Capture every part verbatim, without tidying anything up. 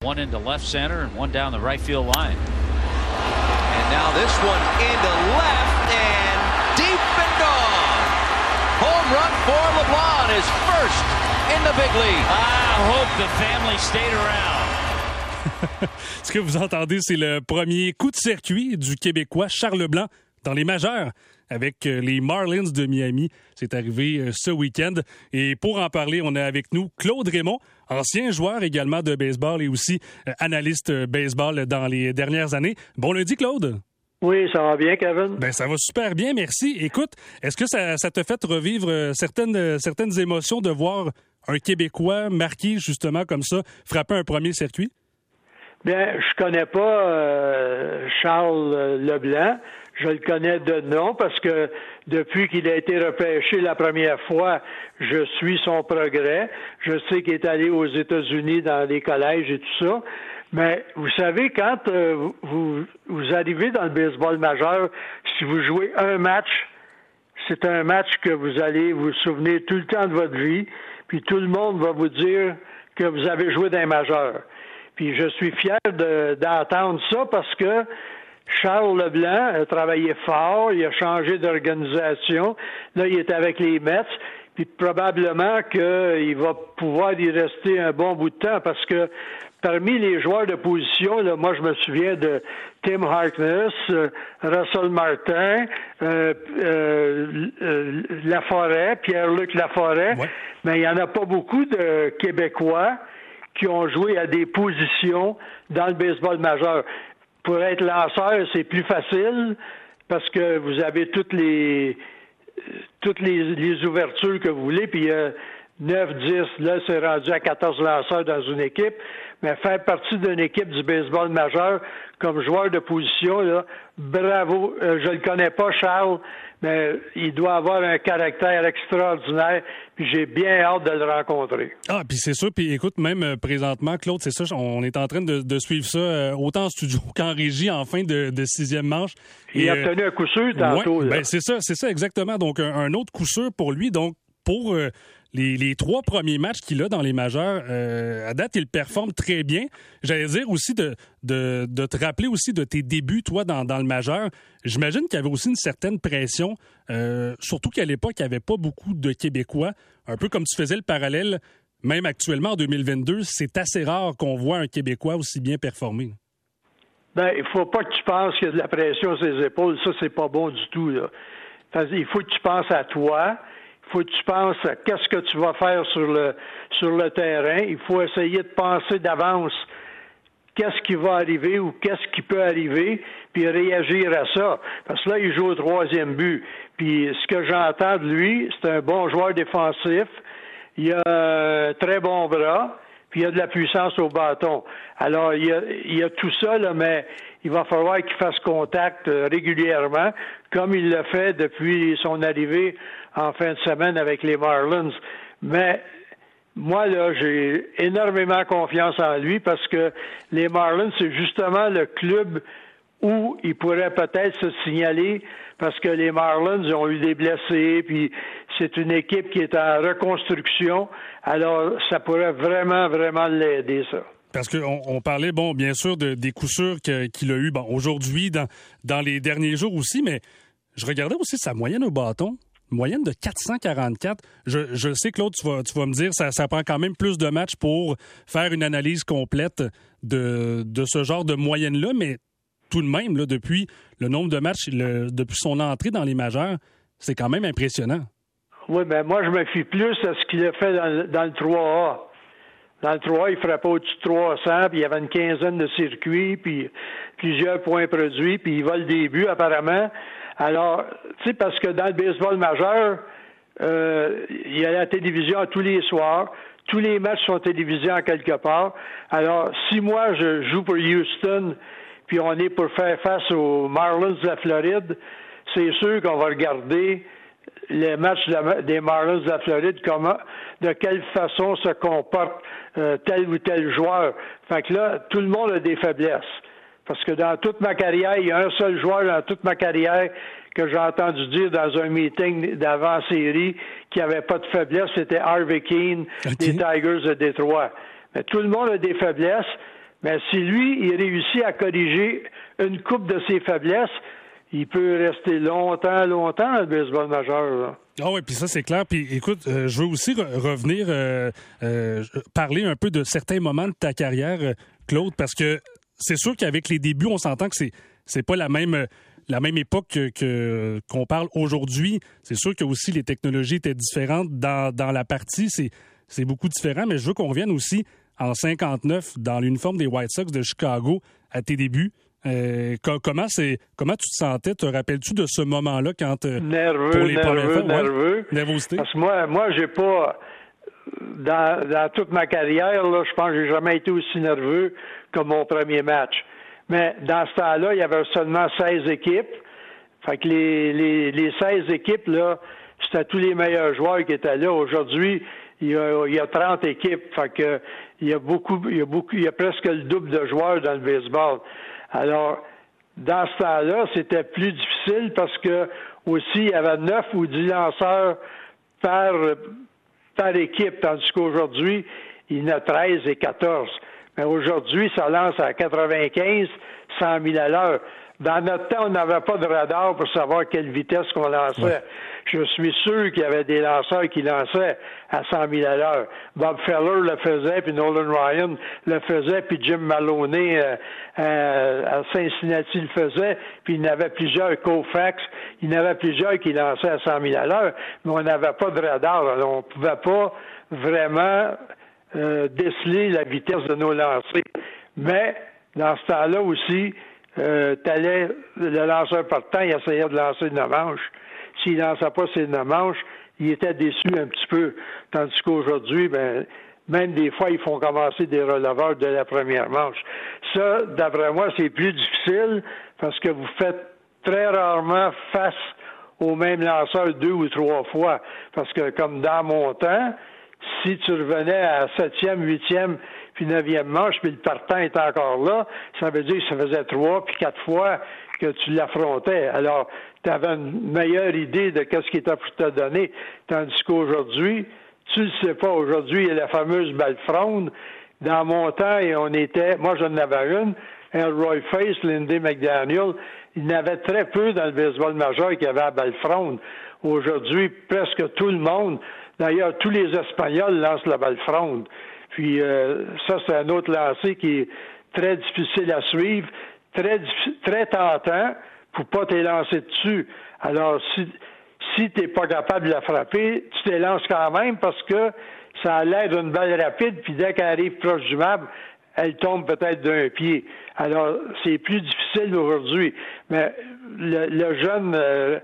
One into left center and one down the right field line. And now this one into left and deep and gone. Home run for LeBlanc, his first in the big league. I hope the family stayed around. Ce que vous entendez, c'est le premier coup de circuit du Québécois Charles Leblanc dans les majeures avec les Marlins de Miami. C'est arrivé ce week-end. Et pour en parler, on est avec nous Claude Raymond, ancien joueur également de baseball et aussi analyste baseball dans les dernières années. Bon lundi, Claude. Oui, ça va bien, Kevin? Ben, ça va super bien, merci. Écoute, est-ce que ça, ça te fait revivre certaines, certaines émotions de voir un Québécois marqué justement comme ça, frapper un premier circuit? Bien, je connais pas euh, Charles Leblanc. Je le connais de nom parce que depuis qu'il a été repêché la première fois, je suis son progrès. Je sais qu'il est allé aux États-Unis dans les collèges et tout ça. Mais vous savez, quand euh, vous, vous arrivez dans le baseball majeur, si vous jouez un match, c'est un match que vous allez vous souvenir tout le temps de votre vie, puis tout le monde va vous dire que vous avez joué dans les majeurs. Puis je suis fier de, d'entendre ça parce que Charles Leblanc a travaillé fort, il a changé d'organisation. Là, il est avec les Mets, puis probablement qu'il va pouvoir y rester un bon bout de temps parce que parmi les joueurs de position, là, moi, je me souviens de Tim Harkness, euh, Russell Martin, euh, euh, euh, Laforêt, Pierre-Luc Laforêt, ouais. Mais il n'y en a pas beaucoup de Québécois qui ont joué à des positions dans le baseball majeur. Pour être lanceur, c'est plus facile parce que vous avez toutes les toutes les, les ouvertures que vous voulez, puis il y a neuf, dix, là, c'est rendu à quatorze lanceurs dans une équipe. Mais faire partie d'une équipe du baseball majeur comme joueur de position, là, bravo. Euh, je le connais pas, Charles, mais il doit avoir un caractère extraordinaire, puis j'ai bien hâte de le rencontrer. Ah, puis c'est sûr, puis écoute, même euh, présentement, Claude, c'est ça, on est en train de, de suivre ça euh, autant en studio qu'en régie en fin de, de sixième manche. Il Et, a obtenu euh, un coup sûr tantôt. Ouais, ben c'est ça, c'est ça exactement. Donc, un, un autre coup sûr pour lui. Donc, pour euh, les, les trois premiers matchs qu'il a dans les majeurs, euh, à date, il performe très bien. J'allais dire aussi de, de, de te rappeler aussi de tes débuts, toi, dans, dans le majeur. J'imagine qu'il y avait aussi une certaine pression, euh, surtout qu'à l'époque, il n'y avait pas beaucoup de Québécois. Un peu comme tu faisais le parallèle, même actuellement, en deux mille vingt-deux, c'est assez rare qu'on voit un Québécois aussi bien performer. Ben, il faut pas que tu penses qu'il y a de la pression sur les épaules. Ça, c'est pas bon du tout, là. Il faut que tu penses à toi. Il faut que tu penses à qu'est-ce que tu vas faire sur le sur le terrain. Il faut essayer de penser d'avance qu'est-ce qui va arriver ou qu'est-ce qui peut arriver, puis réagir à ça. Parce que là, il joue au troisième but. Puis ce que j'entends de lui, c'est un bon joueur défensif. Il a un très bon bras, puis il a de la puissance au bâton. Alors, il y a, il y a tout ça, là, mais il va falloir qu'il fasse contact régulièrement, comme il l'a fait depuis son arrivée en fin de semaine avec les Marlins. Mais moi, là, j'ai énormément confiance en lui parce que les Marlins, c'est justement le club où il pourrait peut-être se signaler parce que les Marlins ils ont eu des blessés, puis c'est une équipe qui est en reconstruction. Alors, ça pourrait vraiment, vraiment l'aider, ça. Parce qu'on on parlait, bon, bien sûr, de, des coups sûrs que, qu'il a eu bon, aujourd'hui, dans, dans les derniers jours aussi, mais je regardais aussi sa moyenne au bâton. Moyenne de quatre cent quarante-quatre. Je, je sais, Claude, tu vas, tu vas me dire ça, ça prend quand même plus de matchs pour faire une analyse complète de, de ce genre de moyenne-là, mais tout de même, là, depuis le nombre de matchs, le, depuis son entrée dans les majeurs, c'est quand même impressionnant. Oui, ben moi, je me fie plus à ce qu'il a fait dans, dans le trois A. Dans le trois A, il ne ferait pas au-dessus de trois cents, puis il y avait une quinzaine de circuits, puis plusieurs points produits, puis il vole des buts, apparemment. Alors, tu sais, parce que dans le baseball majeur, euh, il y a la télévision tous les soirs. Tous les matchs sont télévisés en quelque part. Alors, si moi, je joue pour Houston, puis on est pour faire face aux Marlins de la Floride, c'est sûr qu'on va regarder les matchs de, des Marlins de la Floride, comment, de quelle façon se comporte euh, tel ou tel joueur. Fait que là, tout le monde a des faiblesses. Parce que dans toute ma carrière, il y a un seul joueur dans toute ma carrière que j'ai entendu dire dans un meeting d'avant-série qui n'avait pas de faiblesse, c'était Harvey Keane, okay. Des Tigers de Détroit. Mais tout le monde a des faiblesses. Mais si lui, il réussit à corriger une coupe de ses faiblesses, il peut rester longtemps, longtemps dans le baseball majeur. Là. Ah oui, puis ça, c'est clair. Puis écoute, euh, je veux aussi re- revenir euh, euh, parler un peu de certains moments de ta carrière, euh, Claude, parce que c'est sûr qu'avec les débuts, on s'entend que c'est c'est pas la même la même époque que, que qu'on parle aujourd'hui. C'est sûr que aussi les technologies étaient différentes dans, dans la partie. C'est c'est beaucoup différent, mais je veux qu'on revienne aussi en cinquante-neuf dans l'uniforme des White Sox de Chicago à tes débuts. Euh, comment c'est comment tu te sentais? Te rappelles-tu de ce moment-là quand euh, nerveux, pour les nerveux, fois, nerveux. Ouais, nervosité. Parce que moi, moi, j'ai pas dans, dans toute ma carrière, là, je pense que j'ai jamais été aussi nerveux comme mon premier match. Mais dans ce temps-là, il y avait seulement seize équipes. Fait que les, les, les seize équipes, là, c'était tous les meilleurs joueurs qui étaient là. Aujourd'hui, il y a, il y a trente équipes. Fait que il y a beaucoup, il y a beaucoup, il y a presque le double de joueurs dans le baseball. Alors, dans ce temps-là, c'était plus difficile parce que aussi, il y avait neuf ou dix lanceurs par, par équipe, tandis qu'aujourd'hui, il y en a treize et quatorze. Mais aujourd'hui, ça lance à quatre-vingt-quinze, cent mille à l'heure. Dans notre temps, on n'avait pas de radar pour savoir quelle vitesse qu'on lançait. Ouais. Je suis sûr qu'il y avait des lanceurs qui lançaient à cent mille à l'heure. Bob Feller le faisait, puis Nolan Ryan le faisait, puis Jim Maloney euh, euh, à Cincinnati le faisait, puis il y en avait plusieurs, Koufax, il y en avait plusieurs qui lançaient à cent mille à l'heure, mais on n'avait pas de radar. Alors on ne pouvait pas vraiment euh, déceler la vitesse de nos lancers. Mais dans ce temps-là aussi, Euh, t'allais, le lanceur partant, il essayait de lancer une manche. S'il ne lançait pas ses neuf manches, il était déçu un petit peu. Tandis qu'aujourd'hui, ben, même des fois, ils font commencer des releveurs de la première manche. Ça, d'après moi, c'est plus difficile parce que vous faites très rarement face au même lanceur deux ou trois fois. Parce que, comme dans mon temps, si tu revenais à septième, huitième, puis neuvième manche, puis le partant est encore là, ça veut dire que ça faisait trois puis quatre fois que tu l'affrontais. Alors, tu avais une meilleure idée de qu'est-ce qui était pour te donner, tandis qu'aujourd'hui, tu le sais pas. Aujourd'hui, il y a la fameuse balle fronde. Dans mon temps, et on était, moi j'en avais une, Elroy Face, Lindy McDaniel, il y en avait très peu dans le baseball majeur qui avait la balle fronde. Aujourd'hui, presque tout le monde, d'ailleurs, tous les Espagnols lancent la balle fronde. Puis euh, ça, c'est un autre lancer qui est très difficile à suivre, très très tentant pour pas t'élancer dessus. Alors, si si t'es pas capable de la frapper, tu t'élances quand même parce que ça a l'air d'une balle rapide, puis dès qu'elle arrive proche du marbre, elle tombe peut-être d'un pied. Alors, c'est plus difficile aujourd'hui. Mais le, le jeune euh,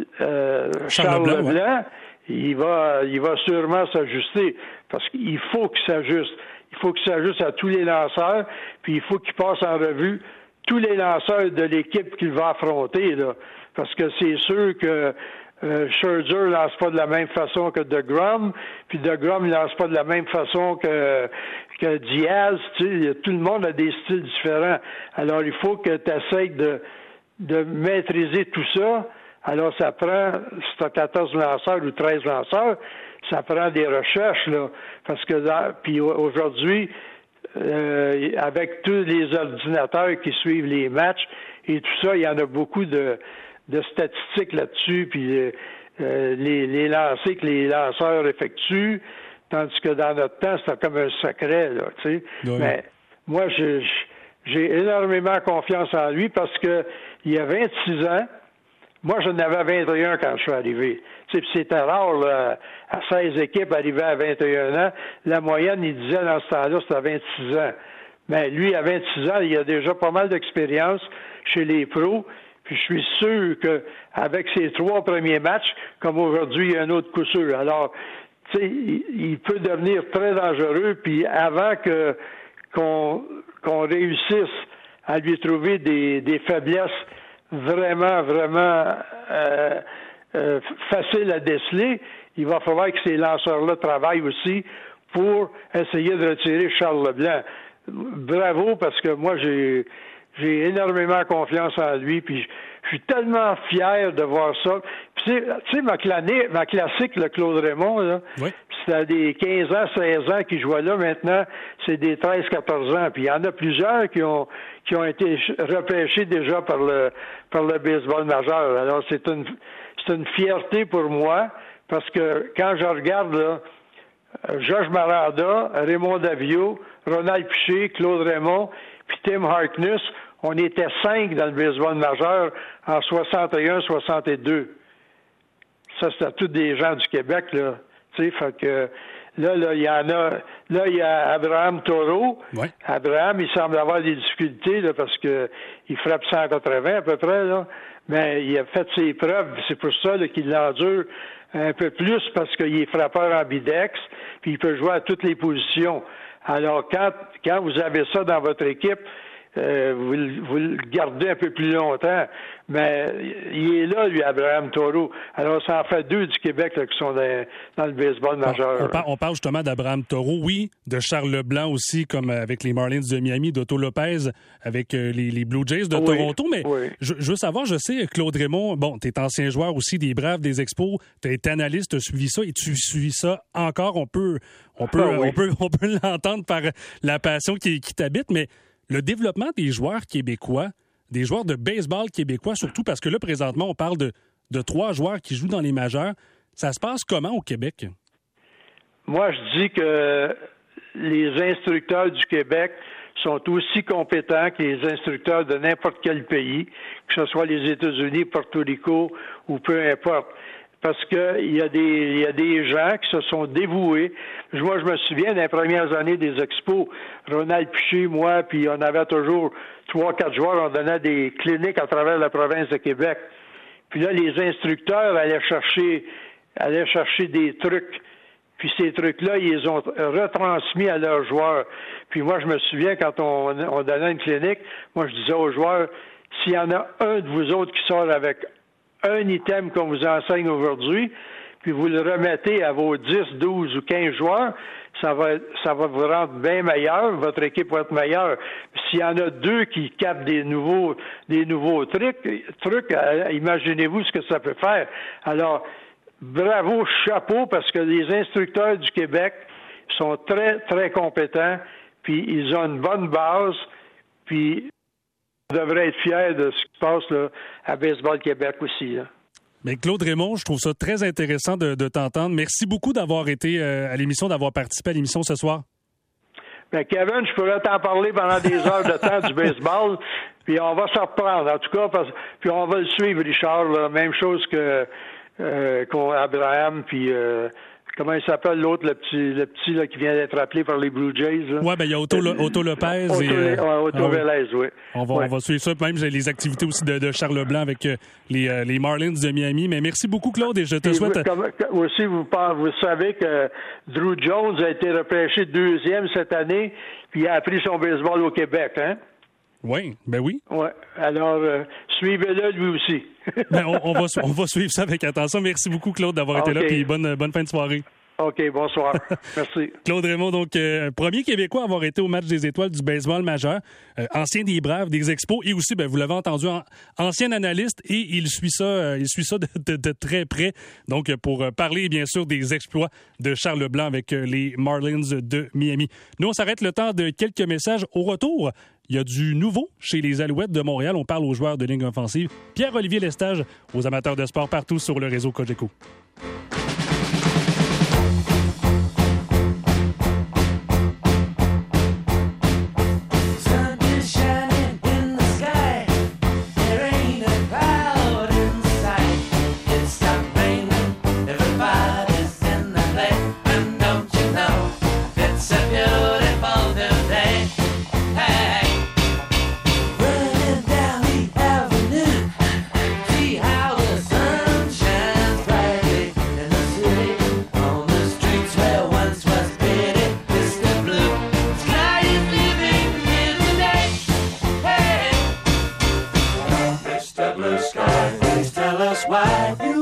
euh, Charles Leblanc, Leblanc ouais. il va il va sûrement s'ajuster. Parce qu'il faut qu'il s'ajuste. Il faut qu'il s'ajuste à tous les lanceurs, puis il faut qu'il passe en revue tous les lanceurs de l'équipe qu'il va affronter, là. Parce que c'est sûr que euh, Scherzer ne lance pas de la même façon que DeGrom, puis DeGrom ne lance pas de la même façon que, que Diaz. Tu sais, tout le monde a des styles différents. Alors, il faut que tu essaies de, de maîtriser tout ça. Alors, ça prend, si tu as quatorze lanceurs ou treize lanceurs, ça prend des recherches, là. Parce que, là, puis aujourd'hui, euh, avec tous les ordinateurs qui suivent les matchs et tout ça, il y en a beaucoup de, de statistiques là-dessus, puis euh, les, les lancers que les lanceurs effectuent, tandis que dans notre temps, c'était comme un secret, là, tu sais. Oui. Mais moi, j'ai, j'ai énormément confiance en lui parce que il y a vingt-six ans, moi, j'en avais vingt et un quand je suis arrivé. Tu sais, c'était rare, là, à seize équipes arrivées à vingt et un ans. La moyenne, il disait dans ce temps-là, c'était à vingt-six ans. Mais lui, à vingt-six ans, il a déjà pas mal d'expérience chez les pros. Puis je suis sûr qu'avec ses trois premiers matchs, comme aujourd'hui, il y a un autre coup sûr. Alors, tu sais, il, il peut devenir très dangereux. Puis avant que qu'on, qu'on réussisse à lui trouver des, des faiblesses vraiment, vraiment euh, euh, facile à déceler, il va falloir que ces lanceurs-là travaillent aussi pour essayer de retirer Charles Leblanc. Bravo, parce que moi, j'ai j'ai énormément confiance en lui, puis je suis tellement fier de voir ça. Puis tu sais, ma, clané, ma classique, le Claude Raymond, là, oui. C'était des quinze ans, seize ans qui jouaient là. Maintenant, c'est des treize, quatorze ans. Puis il y en a plusieurs qui ont qui ont été repêchés déjà par le par le baseball majeur. Alors, c'est une c'est une fierté pour moi parce que quand je regarde là, Georges Maranda, Raymond Davio, Ronald Piché, Claude Raymond, puis Tim Harkness, on était cinq dans le baseball majeur en soixante et un soixante et deux. Ça, c'était tous des gens du Québec, là. Tu sais, fait que là, là, il y en a. Là, il y a Abraham Taureau. Ouais. Abraham, il semble avoir des difficultés, là, parce que il frappe cent quatre-vingts à peu près, là. Mais il a fait ses preuves. C'est pour ça là, qu'il l'endure un peu plus, parce qu'il est frappeur ambidex, puis il peut jouer à toutes les positions. Alors, quand, quand vous avez ça dans votre équipe, Euh, vous, vous le gardez un peu plus longtemps, mais il est là, lui, Abraham Taureau. Alors, ça en fait deux du Québec là, qui sont dans, dans le baseball majeur. On, on, par, on parle justement d'Abraham Taureau, oui, de Charles Leblanc aussi, comme avec les Marlins de Miami, d'Otto Lopez avec les, les Blue Jays de oui, Toronto, mais oui. je, je veux savoir, je sais, Claude Raymond, bon, t'es ancien joueur aussi des Braves, des Expos, t'as été analyste, t'as suivi ça, et tu suis ça encore, on peut, on peut, ah, oui. on peut, on peut l'entendre par la passion qui, qui t'habite, mais le développement des joueurs québécois, des joueurs de baseball québécois, surtout parce que là, présentement, on parle de, de trois joueurs qui jouent dans les majeurs. Ça se passe comment au Québec? Moi, je dis que les instructeurs du Québec sont aussi compétents que les instructeurs de n'importe quel pays, que ce soit les États-Unis, Porto Rico ou peu importe. Parce que il y a des il y a des gens qui se sont dévoués. Moi, je me souviens des premières années des expos, Ronald Piché, moi, puis on avait toujours trois, quatre joueurs, on donnait des cliniques à travers la province de Québec. Puis là, les instructeurs allaient chercher allaient chercher des trucs. Puis ces trucs-là, ils les ont retransmis à leurs joueurs. Puis moi, je me souviens, quand on, on donnait une clinique, moi, je disais aux joueurs, s'il y en a un de vous autres qui sort avec un item qu'on vous enseigne aujourd'hui, puis vous le remettez à vos dix, douze ou quinze joueurs, ça va ça va vous rendre bien meilleur, votre équipe va être meilleure. S'il y en a deux qui captent des nouveaux des nouveaux trucs, trucs, imaginez-vous ce que ça peut faire. Alors, bravo, chapeau, parce que les instructeurs du Québec sont très, très compétents, puis ils ont une bonne base, puis on devrait être fiers de ce qui se passe là, à Baseball Québec aussi. Là. Bien, Claude Raymond, je trouve ça très intéressant de, de t'entendre. Merci beaucoup d'avoir été euh, à l'émission, d'avoir participé à l'émission ce soir. Bien, Kevin, je pourrais t'en parler pendant des heures de temps du baseball, puis on va s'en reprendre, en tout cas, parce, puis on va le suivre, Richard, là, même chose que euh, qu'Abraham, puis... Euh, Comment il s'appelle l'autre, le petit, le petit là, qui vient d'être appelé par les Blue Jays? Oui, bien, il y a Otto, Otto Lopez. Otto, et, euh, ouais, Otto ah, Vélez, oui. On va, ouais. on va suivre ça. Même, j'ai les activités aussi de, de Charles Leblanc avec euh, les, euh, les Marlins de Miami. Mais merci beaucoup, Claude, et je te et souhaite... Vous, comme, aussi, vous, vous savez que Drew Jones a été repêché deuxième cette année, puis il a appris son baseball au Québec, hein? Oui, ben oui. Oui, alors, euh, suivez-le lui aussi. ben, on, on, va, on va suivre ça avec attention. Merci beaucoup, Claude, d'avoir okay. été là, puis bonne, bonne fin de soirée. OK, bonsoir. Merci. Claude Raymond, donc, euh, premier Québécois à avoir été au match des étoiles du baseball majeur, euh, ancien des Braves, des Expos, et aussi, ben, vous l'avez entendu, en, ancien analyste, et il suit ça, euh, il suit ça de, de, de très près. Donc, pour euh, parler, bien sûr, des exploits de Charles Leblanc avec euh, les Marlins de Miami. Nous, on s'arrête le temps de quelques messages. Au retour, il y a du nouveau chez les Alouettes de Montréal. On parle aux joueurs de ligne offensive. Pierre-Olivier Lestage, aux amateurs de sport partout sur le réseau Cogeco. Why